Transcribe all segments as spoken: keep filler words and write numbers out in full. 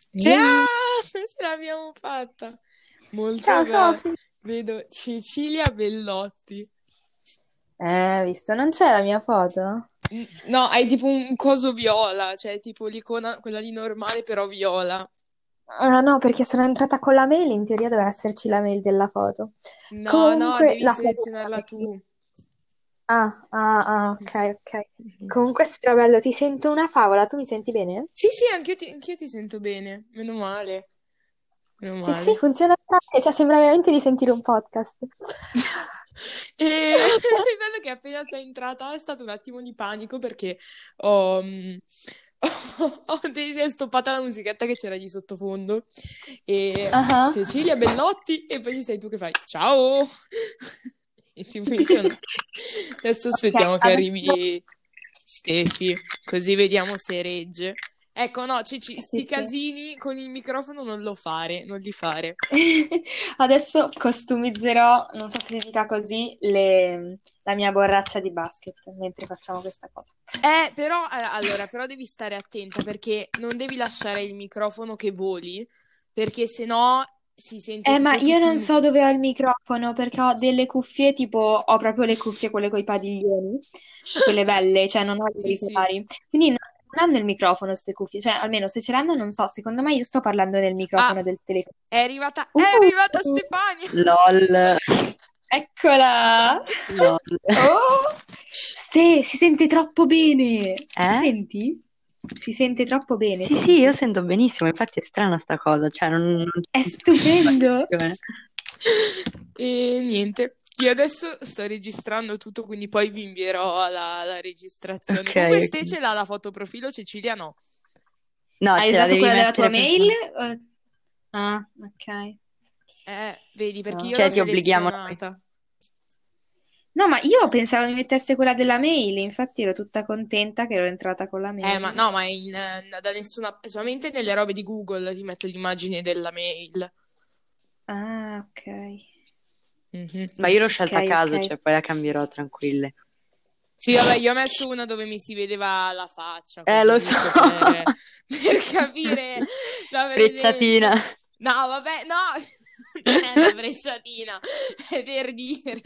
Ehi, Ciao, ce l'abbiamo fatta. Molto ciao bene. Sofì. Vedo Cecilia Bellotti. Eh, visto, non c'è la mia foto? N- No, hai tipo un coso viola, cioè tipo l'icona, quella lì normale, però viola. Ah, no, perché sono entrata con la mail, in teoria doveva esserci la mail della foto. No, no, Comunque, devi la foto selezionarla era- tu. Ah, ah, ah, ok, ok. Comunque, strabello, ti sento una favola, tu mi senti bene? Sì, sì, anch'io ti, anch'io ti sento bene. Meno male. Meno Sì, sì, male. funziona bene, cioè sembra veramente di sentire un podcast. E il bello che appena sei entrata è stato un attimo di panico perché ho, mm, ho, ho dei- si è stoppata la musichetta che c'era di sottofondo e Ah. Cecilia Bellotti e poi ci sei tu che fai ciao e tipo io no. Adesso Ok, aspettiamo che adesso... arrivi Stefi così vediamo se regge. Ecco, no, Ceci, Sì, sti sì. casini con il microfono non lo fare, non li fare. Adesso costumizzerò, non so se si dica così, le- la mia borraccia di basket mentre facciamo questa cosa. Eh, però, eh, allora, però devi stare attenta perché non devi lasciare il microfono che voli, perché sennò si sente Eh, ma tipo io tutto non il... so dove ho il microfono perché ho delle cuffie, tipo, ho proprio le cuffie, quelle con i padiglioni, quelle belle, cioè non ho gli Sì, sì. auricolari. Quindi non, non hanno il microfono queste cuffie, cioè almeno se ce l'hanno non so, secondo me io sto parlando nel Ah, microfono del telefono. è arrivata, è Uh, arrivata Stefania! LOL, eccola! LOL. Oh! Ste, si sente troppo bene! Eh? Senti? Si sente troppo bene, Sì, sì, io senti? sento benissimo, infatti è strana sta cosa, cioè non, non È c'è nessuna stupendo! questione. E niente, io adesso sto registrando tutto, quindi poi vi invierò la, la registrazione. Ok, Comunque Ste ok. ce l'ha la foto profilo, Cecilia no. No, Hai ce la usato devi quella della tua mettere per mail? forza. Eh, Ah, ok. Eh, vedi, perché Ah, io l'ho Cioè ti obblighiamo noi. selezionata. no, ma io pensavo mi mettesse quella della mail, infatti ero tutta contenta che ero entrata con la Eh, ma mail. no, ma in, eh, da nessuna... solamente nelle robe di Google ti metto l'immagine della mail. Ah, ok. Mhm. Ma io l'ho Ok, scelta a ok. caso, cioè poi la cambierò tranquille. Sì, vabbè, io ho messo una dove mi si vedeva la faccia, Eh, così lo so. giusto per, per capire la Frecciatina. presenza. No, vabbè, no, non è una brecciatina, è per dire.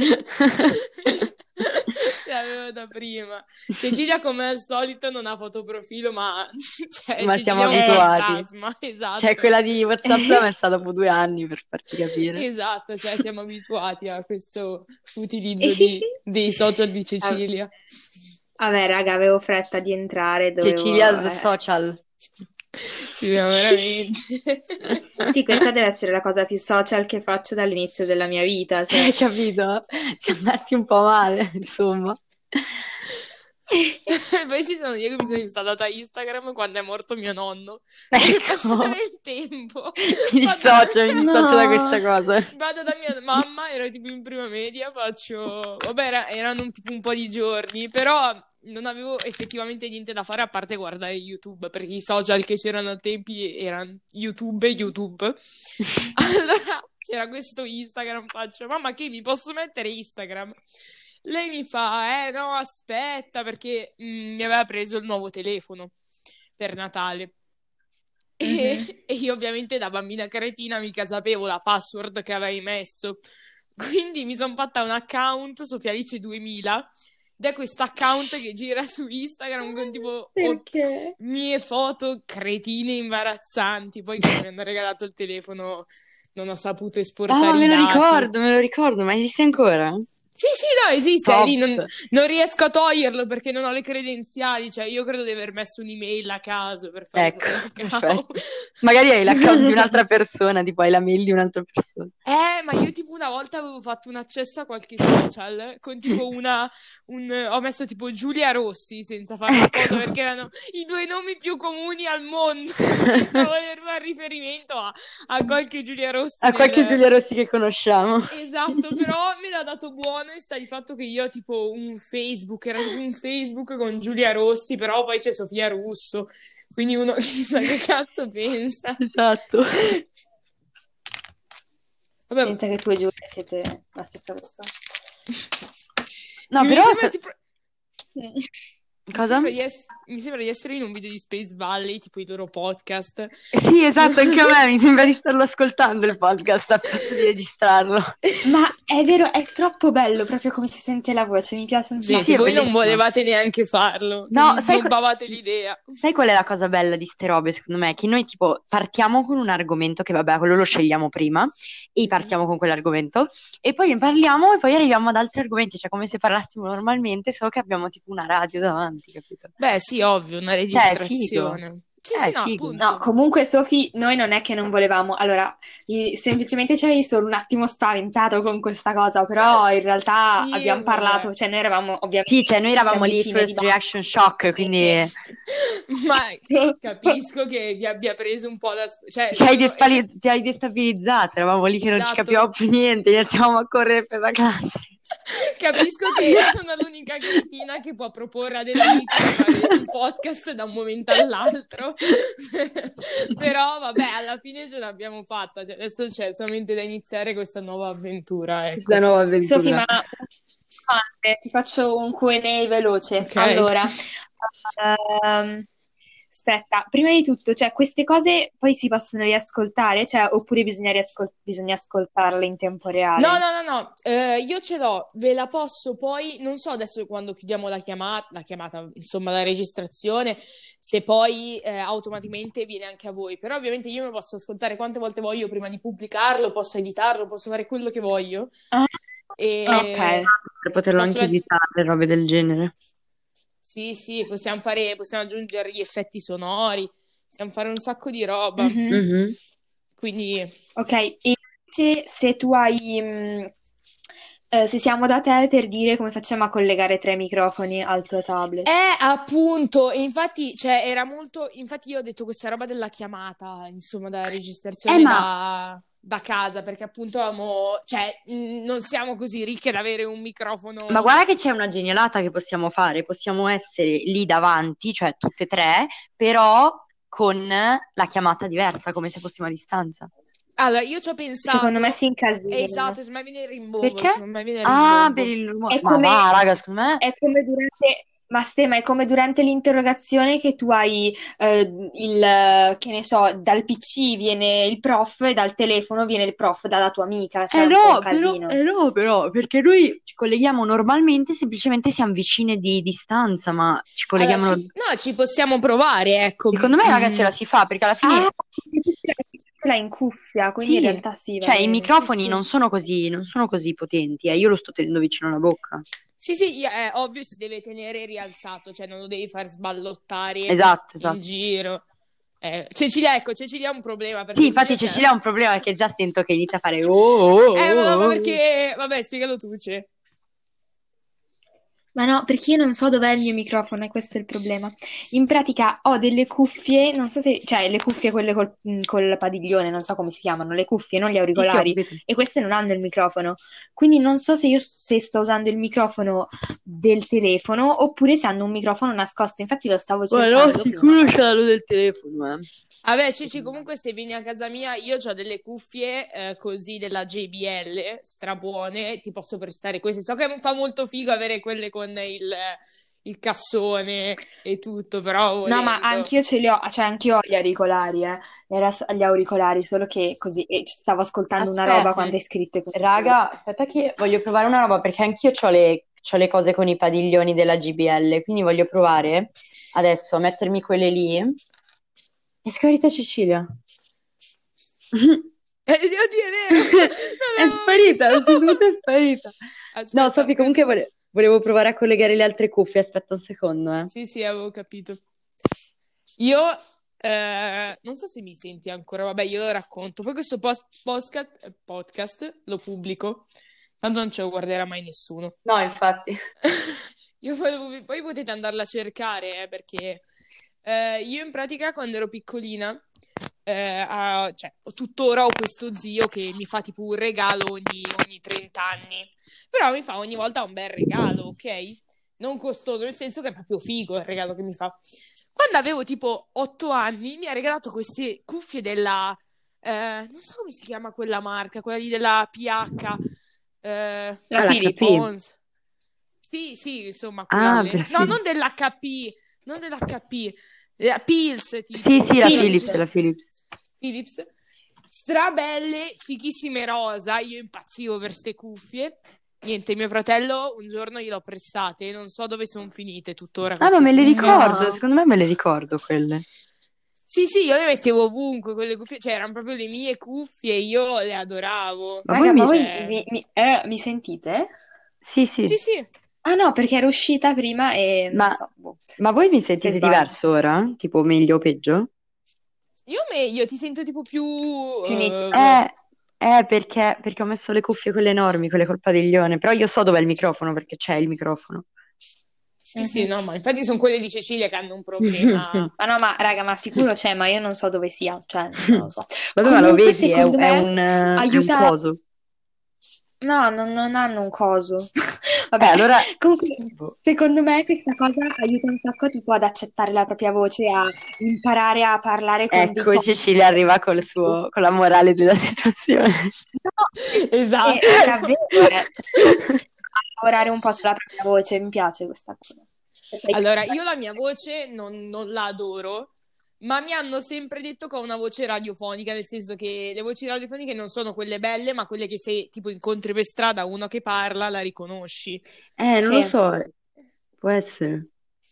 Ce l'avevo da prima. Cecilia, come al solito, non ha fotoprofilo, ma cioè, Ma siamo Cecilia è un Eh. abituati. fantasma, Cioè, esatto. quella di WhatsApp l'ho messa dopo due anni per farti capire. Esatto, cioè siamo abituati a questo utilizzo di- dei social di Vabbè, Cecilia. vabbè, raga, avevo fretta di entrare, dovevo... Cecilia eh. Social. Sì, ma veramente. Sì, questa deve essere la cosa più social che faccio dall'inizio della mia vita, Cioè, cioè... hai capito? Siamo messi un po' male, insomma. Poi ci sono io che mi sono installata Instagram quando è morto mio nonno per Ecco, passare il tempo. mi Vado, dissocio, mi dissocio da No! questa cosa. vado da mia mamma, era tipo in prima media, faccio... Vabbè, era- erano un- tipo un po' di giorni, però non avevo effettivamente niente da fare a parte guardare YouTube, perché i social che c'erano a tempi erano YouTube e YouTube. Allora c'era questo Instagram, faccio, mamma che mi posso mettere Instagram? Lei mi fa, eh no, aspetta, perché mm, mi aveva preso il nuovo telefono per Natale. Mhm. E, e io ovviamente da bambina cretina mica sapevo la password che avevi messo. Quindi mi sono fatta un account, Sofialice duemila, ed è questo account che gira su Instagram con tipo o- Perché? mie foto cretine imbarazzanti. Poi quando mi hanno regalato il telefono non ho saputo Ah, esportare i me lo dati. ricordo, me lo ricordo, ma esiste ancora? Sì, sì, no, esiste, è lì, Top. non, non riesco a toglierlo perché non ho le credenziali, cioè io credo di aver messo un'email a caso per fare Ecco, quell'account. perfetto. Magari hai l'account di un'altra persona, tipo hai la mail di un'altra persona. Eh, ma io tipo una volta avevo fatto un accesso a qualche social con tipo una, un, ho messo tipo Giulia Rossi senza fare apposta Ecco. perché erano i due nomi più comuni al mondo, senza voler fare riferimento a, a qualche Giulia Rossi A qualche nel... Giulia Rossi che conosciamo. Esatto, però me l'ha dato buono e sta di fatto che io ho tipo un Facebook, era tipo un Facebook con Giulia Rossi, però poi c'è Sofia Russo, quindi uno chissà che cazzo pensa. Esatto. Vabbè, Pensa che tu e Giulia siete la stessa persona. No, mi però sembra sta- tipo... Mi Cosa? sembra di ess- mi sembra di essere in un video di Space Valley, tipo i loro podcast. Sì, esatto, anche a me mi sembra di starlo ascoltando il podcast al posto di registrarlo. Ma è vero, è troppo bello proprio come si sente la voce, mi piace un Sì, sacco. sì, è Voi non bellissimo. volevate neanche farlo, che No, mi sai, co- snobbavate l'idea. sai qual è la cosa bella di ste robe, secondo me? Che noi tipo partiamo con un argomento che vabbè, quello lo scegliamo prima e partiamo con quell'argomento e poi ne parliamo e poi arriviamo ad altri argomenti, cioè come se parlassimo normalmente, solo che abbiamo tipo una radio davanti, capito? Beh, sì, ovvio, una Cioè, è figo. registrazione. Sì, Eh, sì, è no, figo. appunto. No, comunque Sofì, noi non è che non volevamo, allora, i- semplicemente ci avevi solo un attimo spaventato con questa cosa, però in realtà Sì, abbiamo vabbè. parlato, cioè noi eravamo ovviamente Sì, cioè noi eravamo lì vicine di first reaction shock, quindi Ma capisco che vi abbia preso un po' da... Cioè, ci hai, sono- despali- ci hai destabilizzato, eravamo lì che non ci Esatto. capivamo più niente, iniziavamo a correre per la classe. Capisco che sono l'unica cretina che può proporre a delle amiche di fare un podcast da un momento all'altro. Però vabbè, alla fine ce l'abbiamo fatta. Cioè, adesso c'è solamente da iniziare questa nuova avventura, ecco. Questa nuova avventura. Sofì, ma domande, ti faccio un Q and A veloce. Ok. Allora, ehm, aspetta, prima di tutto, cioè queste cose poi si possono riascoltare, cioè, oppure bisogna, riascol- bisogna ascoltarle in tempo reale? No, no, no, no, eh, io ce l'ho, ve la posso poi, non so adesso quando chiudiamo la chiamata, la chiamata, insomma la registrazione, se poi eh, automaticamente viene anche a voi, però ovviamente io me lo posso ascoltare quante volte voglio prima di pubblicarlo, posso editarlo, posso fare quello che voglio. Ah, E... ok. Per poterlo Posso anche la- editare, robe del genere. Sì, sì, possiamo fare, possiamo aggiungere gli effetti sonori, possiamo fare un sacco di roba, Mhm. Mhm. quindi... Ok, e invece se tu hai, mh, eh, se siamo da te per dire come facciamo a collegare tre microfoni al tuo tablet. Eh, appunto, e infatti, cioè, era molto, infatti io ho detto questa roba della chiamata, insomma, da registrazione Eh, ma- da, da casa, perché appunto avevamo, cioè, mh, non siamo così ricche da avere un microfono. Ma guarda che c'è una genialata che possiamo fare, possiamo essere lì davanti, cioè tutte e tre, però con la chiamata diversa, come se fossimo a distanza. Allora, io ci ho pensato. Secondo me si incasina. Eh, Esatto, secondo me viene il rimbombo, Perché? secondo me viene il Ah, rimbombo. per il rumore. È Ma come- va, raga, secondo me... È come durante, ma Stema, è come durante l'interrogazione che tu hai eh, il, che ne so, dal P C viene il prof e dal telefono viene il prof dalla tua amica, cioè Eh è un po' un no, però, casino. eh no, però, perché noi ci colleghiamo normalmente, semplicemente siamo vicine di distanza, ma ci colleghiamo... Allora, ci- no, ci possiamo provare, ecco. Secondo me, raga, Mm. ce la si fa, perché alla fine... Ah, ce l'hai in cuffia, quindi Sì, in realtà sì, va cioè i bene. microfoni Sì, sì. non sono così, non sono così potenti, eh. Io lo sto tenendo vicino alla bocca. Sì, sì, è ovvio si deve tenere rialzato, cioè non lo devi far sballottare Esatto, in esatto. giro. Eh, Cecilia, ecco, Cecilia ha un problema perché Sì, infatti Cecilia c'è- Cecilia ha un problema perché già sento che inizia a fare oh, oh, Eh, ma, no, ma oh. perché... Vabbè, spiegalo tu, Ce. Ma no, perché io non so dov'è il mio microfono e questo è il problema. In pratica ho delle cuffie, non so se, cioè le cuffie quelle col, mh, col padiglione, non so come si chiamano, le cuffie, non gli Sì, sì, ho auricolari, capito. e queste non hanno il microfono. Quindi non so se io se sto usando il microfono del telefono oppure se hanno un microfono nascosto. Infatti lo stavo Ma cercando no, prima. sicuro c'è la luz del telefono, eh. Vabbè, Ceci, comunque se vieni a casa mia, io ho delle cuffie eh, così della J B L, strabuone, ti posso prestare queste. So che fa molto figo avere quelle con il, il cassone e tutto, però No, ma volendo. anch'io ce li ho, cioè anch'io ho gli auricolari, eh. Era s- gli auricolari, solo che così e stavo ascoltando una roba Aspetta. quando hai scritto. e così. Raga, aspetta che voglio provare una roba perché anch'io ho le, c'ho le cose con i padiglioni della G B L, quindi voglio provare adesso a mettermi quelle lì. È sparita Cecilia. Eh, oddio, è vero! Non È l'avevo sparita, visto! assolutamente è sparita. Aspetta, No, Sofì, comunque vole- volevo provare a collegare le altre cuffie. Aspetta un secondo, eh. Sì, sì, avevo capito. Io eh, non so se mi senti ancora, vabbè, io lo racconto. Poi questo post- podcast, podcast lo pubblico, tanto non ce lo guarderà mai nessuno. No, infatti. Io volevo- poi potete andarla a cercare, eh, perché eh, io in pratica quando ero piccolina, eh, a- cioè, ho- tuttora ho questo zio che mi fa tipo un regalo ogni, ogni trenta anni, però mi fa ogni volta un bel regalo, ok? Non costoso, nel senso che è proprio figo il regalo che mi fa. Quando avevo tipo otto anni mi ha regalato queste cuffie della, eh, non so come si chiama quella marca, quella lì della P H, eh, La Ah, la Philips. Capì. Pons. Sì, sì, insomma, Ah, quelle. per No, Philips. non dell'H P, non dell'H P, la Pils, Sì, tipo, sì, la quella Philips, dice la Philips. Philips. Strabelle, fighissime rosa, io impazzivo per ste cuffie. Niente, mio fratello un giorno gliel'ho prestate, non so dove sono finite tuttora Ah, ma queste me le cuffie. ricordo, No. secondo me me le ricordo quelle. Sì, sì, io le mettevo ovunque, quelle cuffie, cioè erano proprio le mie cuffie, io le adoravo. Ma voi Raga, ma mi... voi Cioè, vi, mi, eh, mi sentite? Sì, sì, sì, sì, Ah no, perché ero uscita prima e non ma, so, boh, ma voi mi per sentite sbaglio. diverso ora? Tipo meglio o peggio? io meglio, ti sento tipo più... Più nitido. eh, Eh, eh, perché, perché ho messo le cuffie quelle enormi, quelle col padiglione, però io so dov'è il microfono, perché c'è il microfono. Sì, sì, Mhm. no, ma infatti sono quelle di Cecilia che hanno un problema. Ma no, ma raga, ma sicuro c'è, ma io non so dove sia, cioè non lo so. Vabbè, ma lo Comunque, vedi, è, un, secondo è me un, eh, è un aiuta. coso. No, non, non hanno un coso. Eh, Vabbè, allora... comunque, boh. secondo me questa cosa aiuta un sacco tipo ad accettare la propria voce, a imparare a parlare con dei Ecco, toni. Cecilia arriva col suo, con la morale della situazione. No, è, Esatto. è davvero, eh. Cioè, lavorare un po' sulla propria voce, mi piace questa cosa. Perché- Allora, io la mia voce non, non la adoro, ma mi hanno sempre detto che ho una voce radiofonica, nel senso che le voci radiofoniche non sono quelle belle, ma quelle che se tipo incontri per strada uno che parla, la riconosci. Eh, non lo Sì. so, può essere.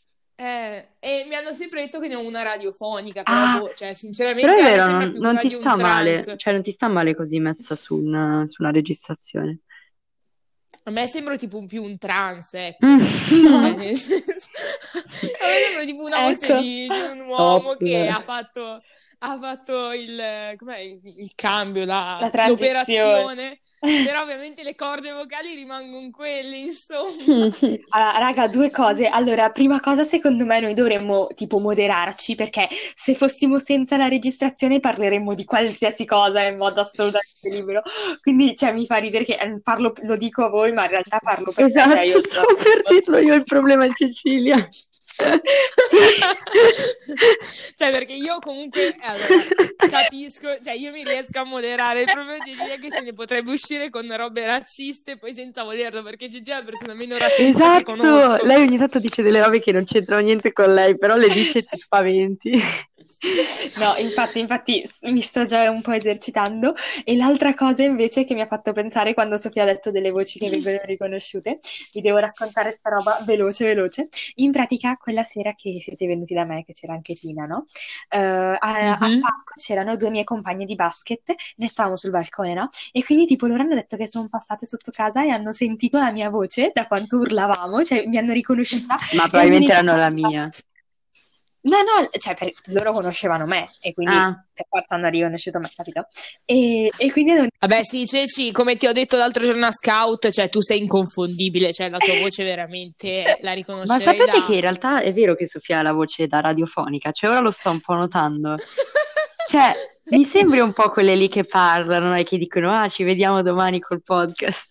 Eh, e mi hanno sempre detto che ne ho una radiofonica, però Ah, boh, cioè, Però sinceramente è a me vero, sembra non, più non quella ti di un sta male, trans. cioè non ti sta male così messa su, una, su una registrazione. A me sembra tipo un, più un trans, ecco. Cioè, Mm. nel senso... A me sembra tipo una voce ecco. di, di un uomo Top. che ha fatto, ha fatto il, com'è, il, il cambio, la- La transizione. l'operazione, però ovviamente le corde vocali rimangono quelle, insomma. Allora, raga, due cose. Allora, prima cosa, secondo me noi dovremmo tipo moderarci perché se fossimo senza la registrazione parleremmo di qualsiasi cosa in modo assolutamente libero. Quindi, cioè, mi fa ridere che eh, parlo, lo dico a voi, ma in realtà parlo per me, cioè io Esatto, sto... stavo per dirlo io il problema è Cecilia. Cioè, perché io comunque, allora, capisco, cioè io mi riesco a moderare, il problema di Cecilia è che se ne potrebbe uscire con robe razziste poi senza volerlo, perché Cecilia è la persona meno razzista che Esatto, conosco. lei ogni tanto dice delle robe che non c'entrano niente con lei, però le dice e ti spaventi. No, infatti, infatti s- mi sto già un po' esercitando. E l'altra cosa invece che mi ha fatto pensare quando Sofia ha detto delle voci che vengono riconosciute, vi devo raccontare sta roba veloce, veloce. In pratica, quella sera che siete venuti da me, che c'era anche Tina, no? Eh, a- al Mhm. parco c'erano due mie compagne di basket, ne stavamo sul balcone, no? E quindi tipo loro hanno detto che sono passate sotto casa e hanno sentito la mia voce da quanto urlavamo, cioè mi hanno riconosciuta Ma e hanno probabilmente erano iniziato la a... mia. No, no, cioè per- loro conoscevano me e quindi Ah, per forza hanno riconosciuto me, capito? E, e quindi hanno... Vabbè, sì, Ceci, come ti ho detto l'altro giorno a Scout, cioè tu sei inconfondibile, cioè la tua voce veramente la ma riconoscerei sapete che da... in realtà è vero che Sofia ha la voce da radiofonica, cioè ora lo sto un po' notando. Cioè, mi sembri un po' quelle lì che parlano e che dicono, ah, ci vediamo domani col podcast.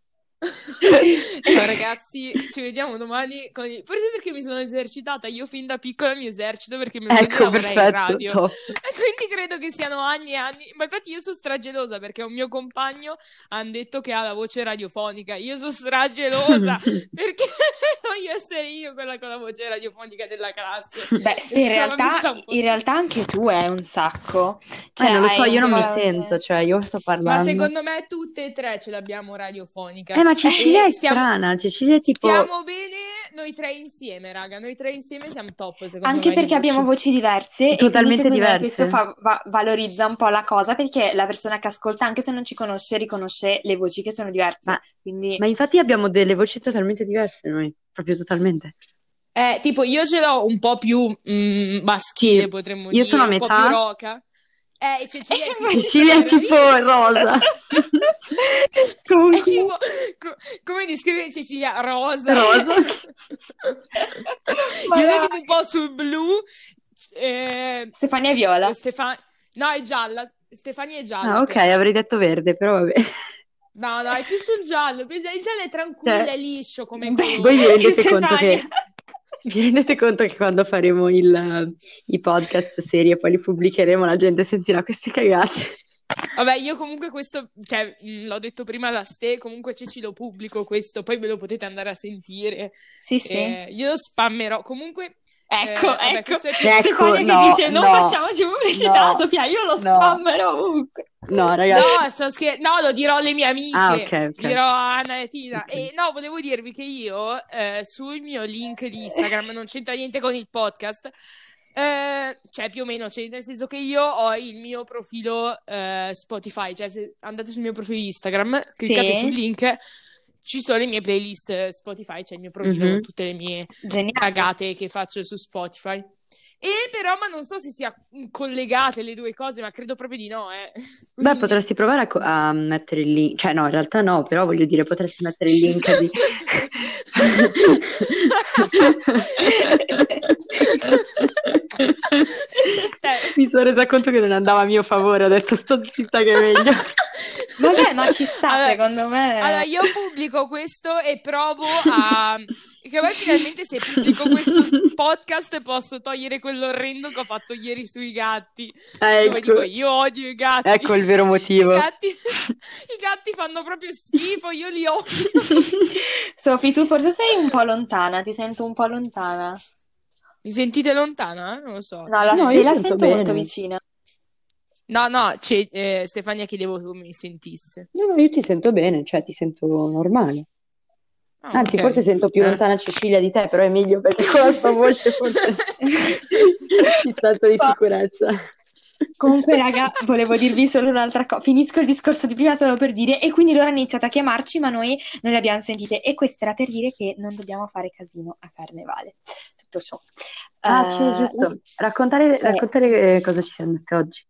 Ciao ragazzi, ci vediamo domani con i- forse perché mi sono esercitata, io fin da piccola mi esercito perché mio sogno è Ecco, lavorare in perfetto, radio top. e quindi credo che siano anni e anni, ma infatti io sono stragelosa perché un mio compagno hanno detto che ha la voce radiofonica, io sono stragelosa perché voglio essere io quella con la voce radiofonica della classe Beh, e sì, in sta roba mi realtà, sta un po' in su. realtà anche tu hai un sacco. Eh, Cioè, non lo so, hai io un non po' mi la sento, voce... cioè io sto Ma parlando. secondo me tutte e tre ce l'abbiamo Eh, radiofonica ma Cecilia e è stiamo, strana, Cecilia è tipo... stiamo bene noi tre insieme, raga. Noi tre insieme siamo top, secondo Anche me, di perché abbiamo voci. voci diverse e quindi totalmente secondo me questo diverse. fa- va- valorizza un po' la cosa perché la persona che ascolta, anche se non ci conosce, riconosce le voci che sono diverse. Ma, Quindi, ma infatti abbiamo delle voci totalmente diverse noi, proprio totalmente. Eh, tipo, io ce l'ho un po' più mm, maschile, Sì, potremmo io sono a dire, un po' più metà, roca. Eh, e e Cecilia è tipo invece... Cecilia è Sara. tipo rosa. È Comunque... tipo, co- come descrivere Cecilia? Rosa. Rosa. Ma Io sono dai. tipo un po' sul blu. Eh, Stefania è viola. Stefa- No, è gialla. Stefania è Ah, gialla ok, per me. avrei detto verde, però vabbè. No, no, è più sul giallo. più- Il giallo è tranquillo, Cioè, è liscio come Beh, voi vi colore. rendete conto Stefania. che vi rendete conto che quando faremo il, i podcast serie e poi li pubblicheremo la gente sentirà queste cagate? Vabbè, io comunque questo, cioè, mh, l'ho detto prima da Ste, comunque Ceci lo pubblico questo, poi ve lo potete andare a sentire. Sì, sì. Eh, io lo spammerò. Comunque, Ecco, eh, vabbè, ecco, questo è tutte Ecco, quelle che no, dice non no, facciamoci pubblicità, no, Sofia, io lo no, spammerò ovunque. no, ragazzi. No, sto scher- no, lo dirò alle mie amiche. Ah, ok, ok. Dirò a Anna e Tina. Ok. E no, volevo dirvi che io eh, sul mio link di Instagram non c'entra niente con il podcast. eh, cioè, più o meno, cioè, nel senso che io ho il mio profilo eh, Spotify. Cioè, se andate sul mio profilo Instagram, cliccate sul Sì, link, ci sono le mie playlist eh, Spotify. C'è il mio profilo Mhm. con tutte le mie geniale. cagate che faccio su Spotify. E però, ma non so se sia collegate le due cose, ma credo proprio di no, eh. Beh, Quindi... potresti provare a, co- a mettere il link, cioè no, in realtà no, però voglio dire, potresti mettere il link di... Cioè- Mi sono resa conto che non andava a mio favore, ho detto sto zitta che è meglio. Vabbè, ma ci sta, Allora- secondo me. Allora, io pubblico questo e provo a... Che poi finalmente se pubblico questo podcast posso togliere quell'orrendo che ho fatto ieri sui gatti. Dove Ecco, dico io odio i gatti. ecco il vero motivo. I gatti, i gatti fanno proprio schifo, io li odio. Sofì, tu forse sei un po' lontana, ti sento un po' lontana. Mi sentite lontana? Non lo so. No, la, No, te io la sento sento molto bene. vicina. No, no, c'è- eh, Stefania chiedevo come mi sentisse. No, no, io ti sento bene, cioè ti sento normale. Ah, Anzi, ok. forse sento più Eh. lontana Cecilia di te, però è meglio perché con la sua voce forse ti sento di sicurezza. Comunque, raga, volevo dirvi solo un'altra cosa. Finisco il discorso di prima solo per dire, e quindi loro hanno iniziato a chiamarci, ma noi non le abbiamo sentite. E questo era per dire che non dobbiamo fare casino a Carnevale. Tutto ciò. Ah, sì, Eh, giusto. Raccontare, eh, raccontare eh, cosa ci siamo dette oggi.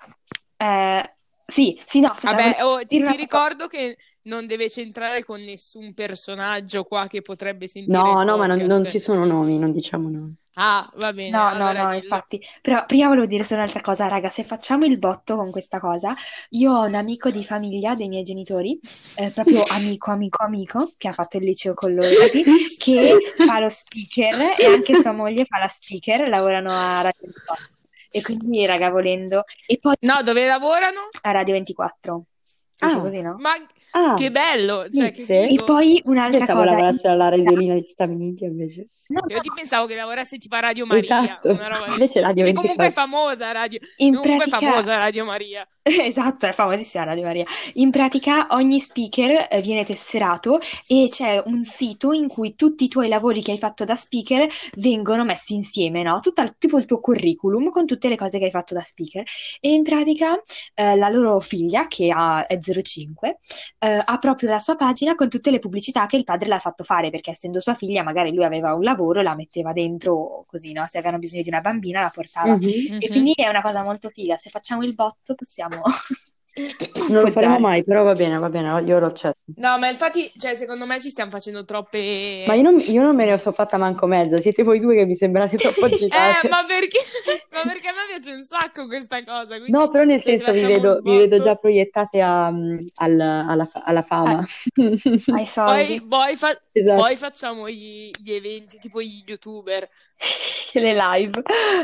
eh, sì, sì, no, aspetta, Vabbè, volevo oh, ti, dire ti una cosa. ricordo che non deve c'entrare con nessun personaggio qua che potrebbe sentire No, il no, ma non, non podcast. ci sono nomi, non diciamo nomi. Ah, va bene, No, no, allora no, dillo. infatti. Però prima volevo dire solo un'altra cosa, raga, se facciamo il botto con questa cosa, io ho un amico di famiglia dei miei genitori, eh, proprio amico, amico, amico, che ha fatto il liceo con loro così, che fa lo speaker e anche sua moglie fa la speaker, lavorano a Radio ventiquattro. E quindi, raga, volendo. E poi No, dove lavorano? a Radio ventiquattro. Si dice Ah, così, no? Ma ah, che bello, cioè che viste? E figo. poi Io un'altra pensavo cosa. lavorasse alla radiolina di sta minchia invece. No, Io no, ti pensavo che lavorasse tipo a Radio Maria, Esatto, una roba del invece Radio Che comunque è ventiquattro. famosa Radio, in comunque è pratica. famosa Radio Maria. Esatto, è famosissima Radio Maria. In pratica ogni speaker eh, viene tesserato e c'è un sito in cui tutti i tuoi lavori che hai fatto da speaker vengono messi insieme, no? Tutto il- tipo il tuo curriculum con tutte le cose che hai fatto da speaker. E in pratica eh, la loro figlia, che ha, è zero cinque, eh, ha proprio la sua pagina con tutte le pubblicità che il padre l'ha fatto fare, perché essendo sua figlia, magari lui aveva un lavoro, la metteva dentro così, no? Se avevano bisogno di una bambina, la portava. Mhm. E Mhm. quindi è una cosa molto figa. Se facciamo il botto possiamo Non lo faremo appoggiare. mai, però va bene, va bene, io lo accetto. No, ma infatti, cioè, secondo me ci stiamo facendo troppe... Ma io non, io non me ne so fatta manco mezza, siete voi due che mi sembrate troppo agitate. Eh, ma perché? Ma perché a me piace un sacco questa cosa, quindi No, però nel cioè, se senso vi facciamo vedo, il vi vedo botto, già proiettate a, mm, al- alla, alla fama. Ai poi, soldi, poi, fa- Esatto. poi facciamo gli, gli eventi tipo gli youtuber. le live.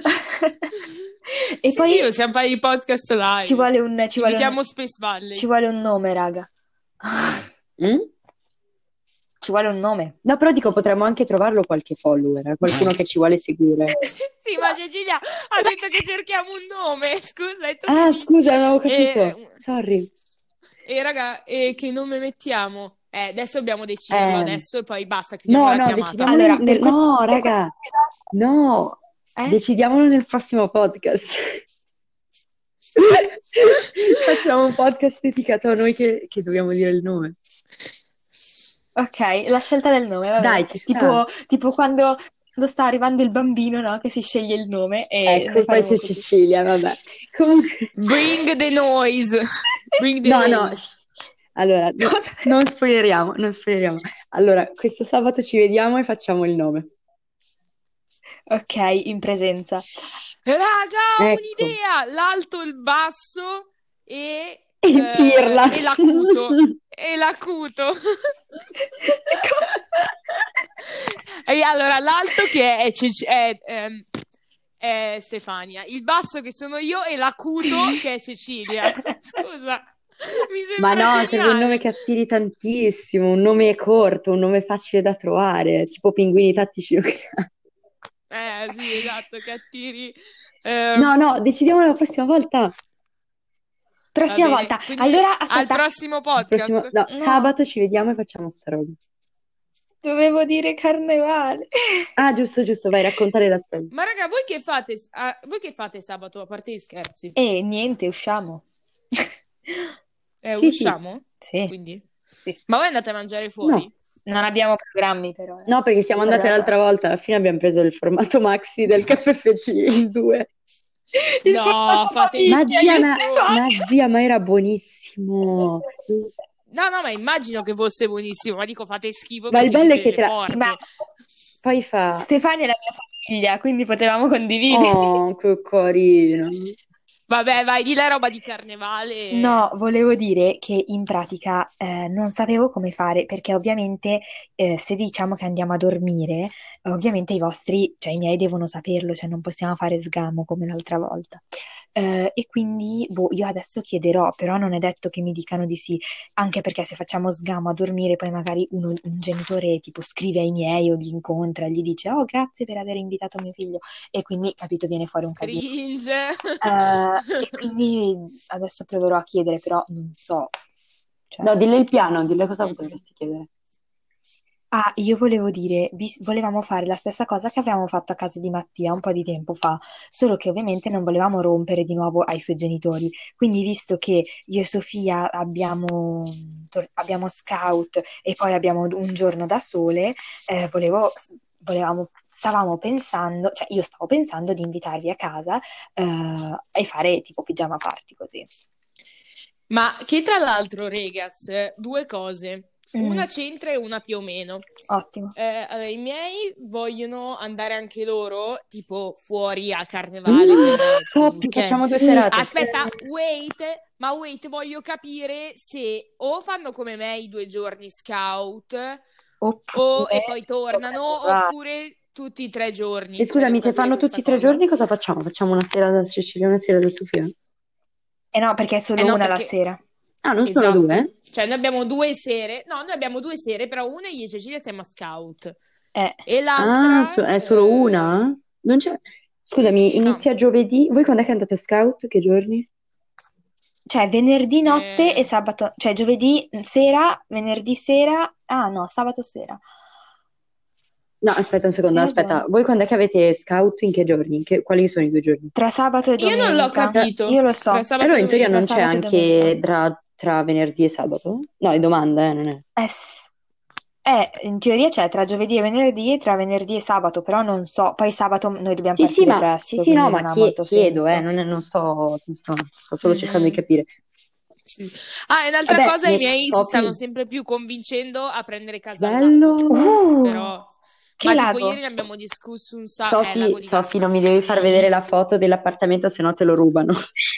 E Sì, poi sì, possiamo fare i podcast live. ci vuole un, ci vuole un, Invitiamo Space Valley. ci vuole un nome, raga. Mm? Ci vuole un nome. No, però dico, potremmo anche trovarlo qualche follower, eh, qualcuno che ci vuole seguire. Sì, ma Cecilia ha detto che cerchiamo un nome. Scusa, e tu che Ah, dici? scusa, non avevo capito. E, Sorry. e raga, e che nome mettiamo? Eh, adesso dobbiamo deciderlo Eh, adesso e poi basta, chiudiamo no, la no, chiamata. decidiamolo Allora, nel- per que- no, per raga, questa no, cosa, eh? decidiamolo nel prossimo podcast. Facciamo un podcast dedicato a noi che, che dobbiamo dire il nome. Ok, la scelta del nome, va bene. Dai, ci sta. Tipo, tipo quando, quando sta arrivando il bambino, no? Che si sceglie il nome e Ecco, ne poi faremo c'è così. Cecilia, vabbè. Comunque, Bring the noise. Bring the no, no. noise. Allora, no- Cosa? non spoileriamo, non spoileriamo. Allora, questo sabato ci vediamo e facciamo il nome. Ok, in presenza. Raga, Ecco. un'idea! L'alto, il basso e, E il eh, pirla. e l'acuto. E l'acuto. Cosa? E allora, l'alto che è, Ceci- è, ehm, è Stefania, il basso che sono io e l'acuto che è Cecilia. Scusa, mi Ma sembra no, serve un nome geniale. che attiri tantissimo, un nome corto, un nome facile da trovare, tipo pinguini tattici nucleari. Eh sì, esatto, che attiri. Eh, No, no, decidiamo la prossima volta. va Prossima bene, volta. quindi Allora, al aspetta. prossimo Il prossimo... podcast. No, No, sabato ci vediamo e facciamo sta roba. dovevo dire carnevale. Ah, giusto, giusto, vai, raccontare la storia. Ma raga, voi che fate, ah, voi che fate sabato, a parte gli scherzi? E niente, usciamo. Eh, Sì, sì, usciamo? Sì, Quindi? sì, sì. Ma voi andate a mangiare no, fuori? Non abbiamo programmi però, eh. no, perché siamo Per andate ora. l'altra volta, alla fine abbiamo preso il formato maxi del K F C in due. Il No, formato fate Ma famiglia, zia, io ma, ma Stefania. zia, ma era buonissimo. No, no, ma immagino che fosse buonissimo, ma dico fate schifo Ma il perché bello è siete che delle te la... Ma porche. Poi fa... Stefania è la mia famiglia, quindi potevamo condividere. Oh, che carino. Vabbè, vai, di la roba di carnevale. No, volevo dire che in pratica eh, non sapevo come fare perché ovviamente eh, se diciamo che andiamo a dormire, ovviamente i vostri, cioè i miei devono saperlo, cioè non possiamo fare sgamo come l'altra volta. Eh, e quindi boh, io adesso chiederò, però non è detto che mi dicano di sì, anche perché se facciamo sgamo a dormire, poi magari uno- un genitore tipo scrive ai miei o li incontra e gli dice oh grazie per aver invitato mio figlio e quindi capito viene fuori un casino. Cringe. Eh, e quindi adesso proverò a chiedere, però non so. Cioè, No, dille il piano, dille cosa Mm-mm. potresti chiedere. ah, io volevo dire, vis- volevamo fare la stessa cosa che avevamo fatto a casa di Mattia un po' di tempo fa, solo che ovviamente non volevamo rompere di nuovo ai suoi genitori. Quindi, visto che io e Sofia abbiamo, tor- abbiamo scout e poi abbiamo un giorno da sole, eh, volevo, volevamo, stavamo pensando, cioè io stavo pensando di invitarvi a casa, eh, e fare tipo pigiama party così. Ma che tra l'altro, ragazzi, due cose. Mm, Una c'entra e una più o meno. ottimo. Eh, allora, i miei vogliono andare anche loro, tipo, fuori a carnevale per Mm, tipo, un top, weekend. facciamo due serate. Aspetta, wait, ma wait, voglio capire se o fanno come me i due giorni scout o Oppure e poi tornano, carnevale. oppure tutti i tre giorni. E Cioè, devo scusami, se capire fanno questa tutti e tre cosa. giorni cosa facciamo? Facciamo una sera da Cecilia e una sera da Sofia? Eh no, perché è Eh solo no, una la perché... sera. Ah, non sono Esatto. due? Cioè, noi abbiamo due sere. No, noi abbiamo due sere, però una io e Cecilia siamo a scout. Eh, E Ah, l'altra... so- è solo eh, una? Non c'è... Sì, Scusami, sì, no. inizia giovedì. Voi quando è che andate a scout? Che giorni? cioè venerdì notte e Eh, sabato, cioè giovedì sera, venerdì sera, ah no, sabato sera. No, aspetta un secondo, Hai aspetta. ragione. Voi quando è che avete scout? In che giorni? In che- Quali sono i due giorni? Tra sabato e Io non l'ho domenica. Tra- capito. Io lo Tra so, sabato Allora e in teoria tra non domenica. c'è sabato e domenica. anche tra, tra venerdì e sabato? No, è domanda, eh, non è. Eh, s- eh, in teoria c'è tra giovedì e venerdì e tra venerdì e sabato, però non so. Poi sabato noi dobbiamo Sì, sì, partire ma, sì, presto, sì, no, quindi ma non ha chie- molto chiedo, eh, senso. non, è- non sto, non sto, sto solo cercando di Mhm. capire. Sì. Ah, e un'altra Vabbè, cosa, i ne- miei si Sofi, stanno sempre più convincendo a prendere casa al bello. lago. Uh, Però... che Ma tipo ieri lago? ne abbiamo discusso un sacco. Eh, Sofi, lago di Sofi, Garda. non mi devi far vedere la foto dell'appartamento, se no te lo rubano.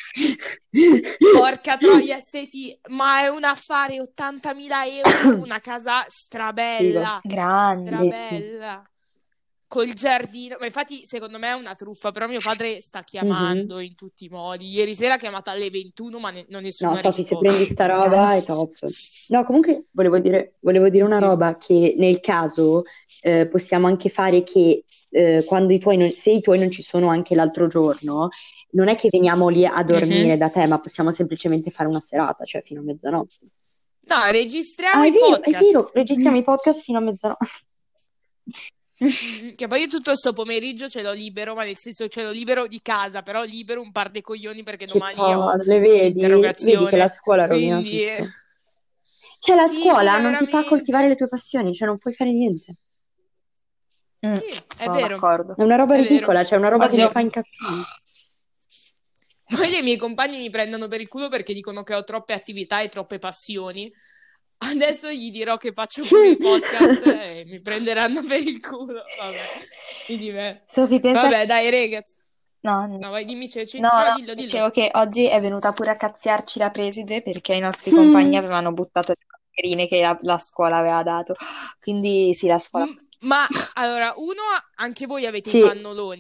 Porca troia, Stefi, ma è un affare ottantamila euro, una casa Figo, strabella, Grande. sì, sì. strabella, col giardino. Ma infatti, secondo me è una truffa, però mio padre sta Mhm. chiamando in tutti i modi. Ieri sera ha chiamato alle ventuno, ma ne- non No, nessuno ha Sofi, se prendi risposto. sta Strano. roba è top. No, comunque volevo dire, volevo Sì, dire una sì. roba che nel caso eh, possiamo anche fare che eh, quando i tuoi non- se i tuoi non ci sono anche l'altro giorno, non è che veniamo lì a dormire Mhm. da te, ma possiamo semplicemente fare una serata, cioè fino a mezzanotte. No, registriamo Ah, è i vero, è podcast. vero, registriamo i podcast fino a mezzanotte. Mhm. Che poi io tutto sto pomeriggio ce l'ho libero, ma nel senso ce l'ho libero di casa, però libero un par de coglioni perché Che domani ho palle, vedi? Vedi che la l'interrogazione. scuola rovina Quindi tutto. Cioè la sì, scuola figa, non ti fa coltivare le veramente. tue passioni, cioè non puoi fare niente. Mm, Sì, è sono vero, d'accordo. È una roba è vero. ridicola, cioè una roba che Oggi mi ho... fa incazzare. Poi le mie compagne mi prendono per il culo perché dicono che ho troppe attività e troppe passioni. Adesso gli dirò che faccio pure i podcast e mi prenderanno per il culo. Vabbè, mi diverto. Sofì, pensa... Vabbè, dai, ragazzi. No, no, No, vai, dimmi, Ceci. no, No, no, dillo, dillo. dicevo che oggi è venuta pure a cazziarci la preside perché i nostri compagni Mm. avevano buttato le mascherine che la, la scuola aveva dato. Quindi sì, la scuola... Mm, ma allora, uno, anche voi avete i Sì, pannoloni, eh?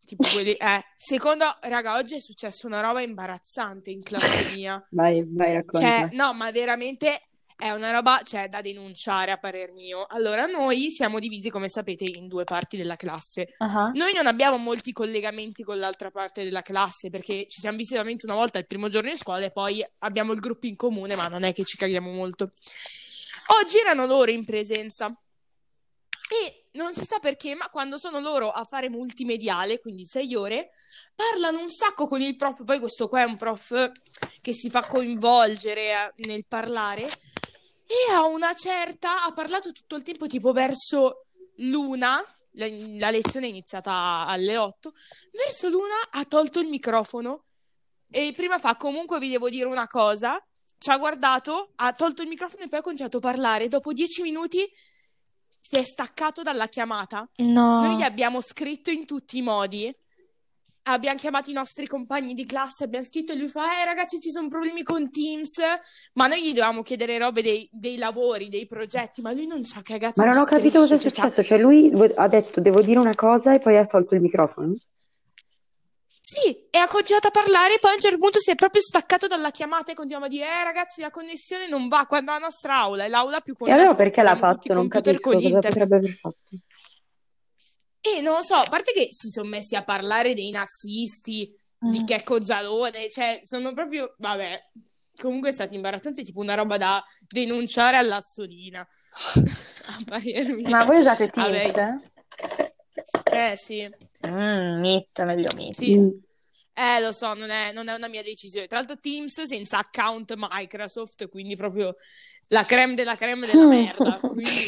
Tipo quelli, eh. Secondo, raga, oggi è successa una roba imbarazzante in classe mia. Vai, vai, Cioè, racconta. no, ma veramente è una roba, cioè, da denunciare a parer mio. Allora, noi siamo divisi, come sapete, in due parti della classe. Ah, Noi non abbiamo molti collegamenti con l'altra parte della classe perché ci siamo visti solamente una volta il primo giorno in scuola e poi abbiamo il gruppo in comune, ma non è che ci caghiamo molto. Oggi erano loro in presenza e non si sa perché, ma quando sono loro a fare multimediale, quindi sei ore, parlano un sacco con il prof. Poi questo qua è un prof che si fa coinvolgere a- nel parlare e a una certa ha parlato tutto il tempo tipo verso l'una, la, la lezione è iniziata alle otto, verso l'una ha tolto il microfono e prima fa comunque vi devo dire una cosa, ci ha guardato, ha tolto il microfono e poi ha cominciato a parlare, dopo dieci minuti si è staccato dalla chiamata. Noi gli no. abbiamo scritto in tutti i modi, abbiamo chiamato i nostri compagni di classe, abbiamo scritto e lui fa, eh ragazzi ci sono problemi con Teams, ma noi gli dovevamo chiedere robe dei, dei lavori, dei progetti, ma lui non ci ha cagato Ma di non ho capito cosa strisce, è cioè, c'ha- successo. Cioè, lui vo- ha detto devo dire una cosa e poi ha tolto il microfono. Sì, e ha continuato a parlare e poi a un certo punto si è proprio staccato dalla chiamata e continuava a dire, eh ragazzi la connessione non va, quando la nostra aula è l'aula più E allora connessa perché perché l'ha abbiamo tutti i fatto? Non computer capisco con cosa internet. potrebbe aver fatto. E non lo so, a parte che si sono messi a parlare dei nazisti, di Mm. Checco Zalone, cioè sono proprio, vabbè, comunque è stato imbarazzante, tipo una roba da denunciare all'Azzolina, a parer mio. Ma voi usate Vabbè, Teams? eh sì, Mm, Meet, meglio Meet. sì, Mm. eh lo so, non è, non è una mia decisione. Tra l'altro Teams senza account Microsoft, quindi proprio la creme della creme della merda, quindi...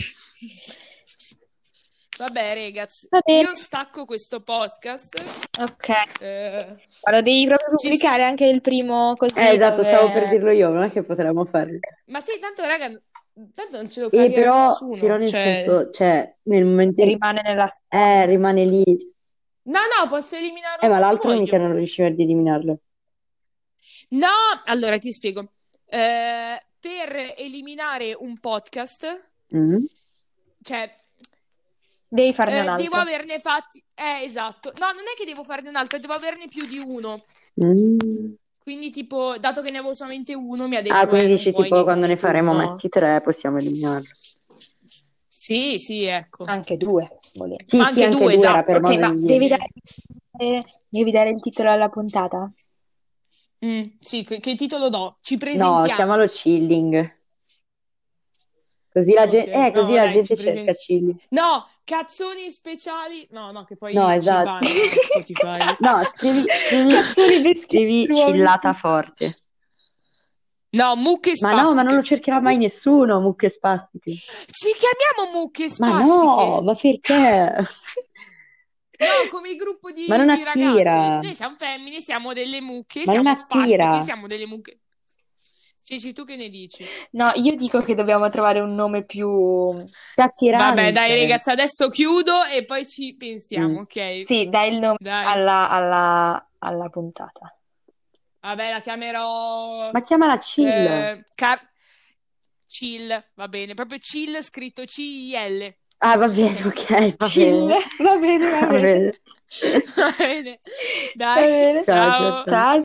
Vabbè, ragazzi, Va bene. io stacco questo podcast. Ok. Eh, Ma lo devi proprio ci pubblicare si- anche il primo così Eh, esatto, stavo per dove... dirlo io, non è che potremmo farlo. Ma sì, tanto, raga, tanto non ce lo E cagherà però, nessuno. però nel Cioè... senso, cioè, nel momento in... rimane nella Eh, rimane lì. No, no, posso eliminarlo Eh, ma quando l'altro mica voglio. non riusciva di eliminarlo. No, allora ti spiego. Eh, per eliminare un podcast, Mm. cioè, Devi farne un eh, devo altro. averne fatti... Eh, esatto. No, non è che devo farne un altro, devo averne più di uno. Mm. Quindi, tipo, dato che ne avevo solamente uno, mi ha detto, Ah, eh, quindi non dici puoi, tipo ne quando ne solamente faremo uno. metti tre possiamo eliminarlo. Sì, sì, ecco. Anche due, volendo. Sì, Ma sì, anche anche due, due era esatto. per Ok, modo ma di devi dire. dare, devi dare il titolo alla puntata? Mm, sì, che, che titolo do? Ci No, presentiamo. chiamalo chilling. Così la Ok, gente, eh, no, così la dai, gente ci cerca presentiamo. chilling. No, cazzoni speciali. No, no, che poi No, ci esatto. bannano Spotify. No, scrivi, scrivi, Cazzoni descritti scrivi nuovi. chillata forte. No, mucche Ma no, ma non lo spastiche. cercherà mai nessuno, mucche spastiche. Ci chiamiamo mucche Ma spastiche? no, ma perché? No, come il gruppo di, Ma non di ragazze. attira. Noi siamo femmine, siamo delle mucche, Ma non siamo spastiche, attira. siamo delle mucche. Ceci, tu che ne dici? No, io dico che dobbiamo trovare un nome più... Che attirante. Vabbè, dai, ragazzi, adesso chiudo e poi ci pensiamo, Mm. ok? Sì, dai il nome Dai. alla, alla, alla puntata. Vabbè, la chiamerò... Ma chiamala chill. eh, Car- Chill, va bene. Proprio chill scritto C I L. Ah, va bene, ok, va Chill, bene. va bene, va Va bene. bene. Va bene. Va Dai, bene. Ciao, ciao, ciao. ciao. Ciao.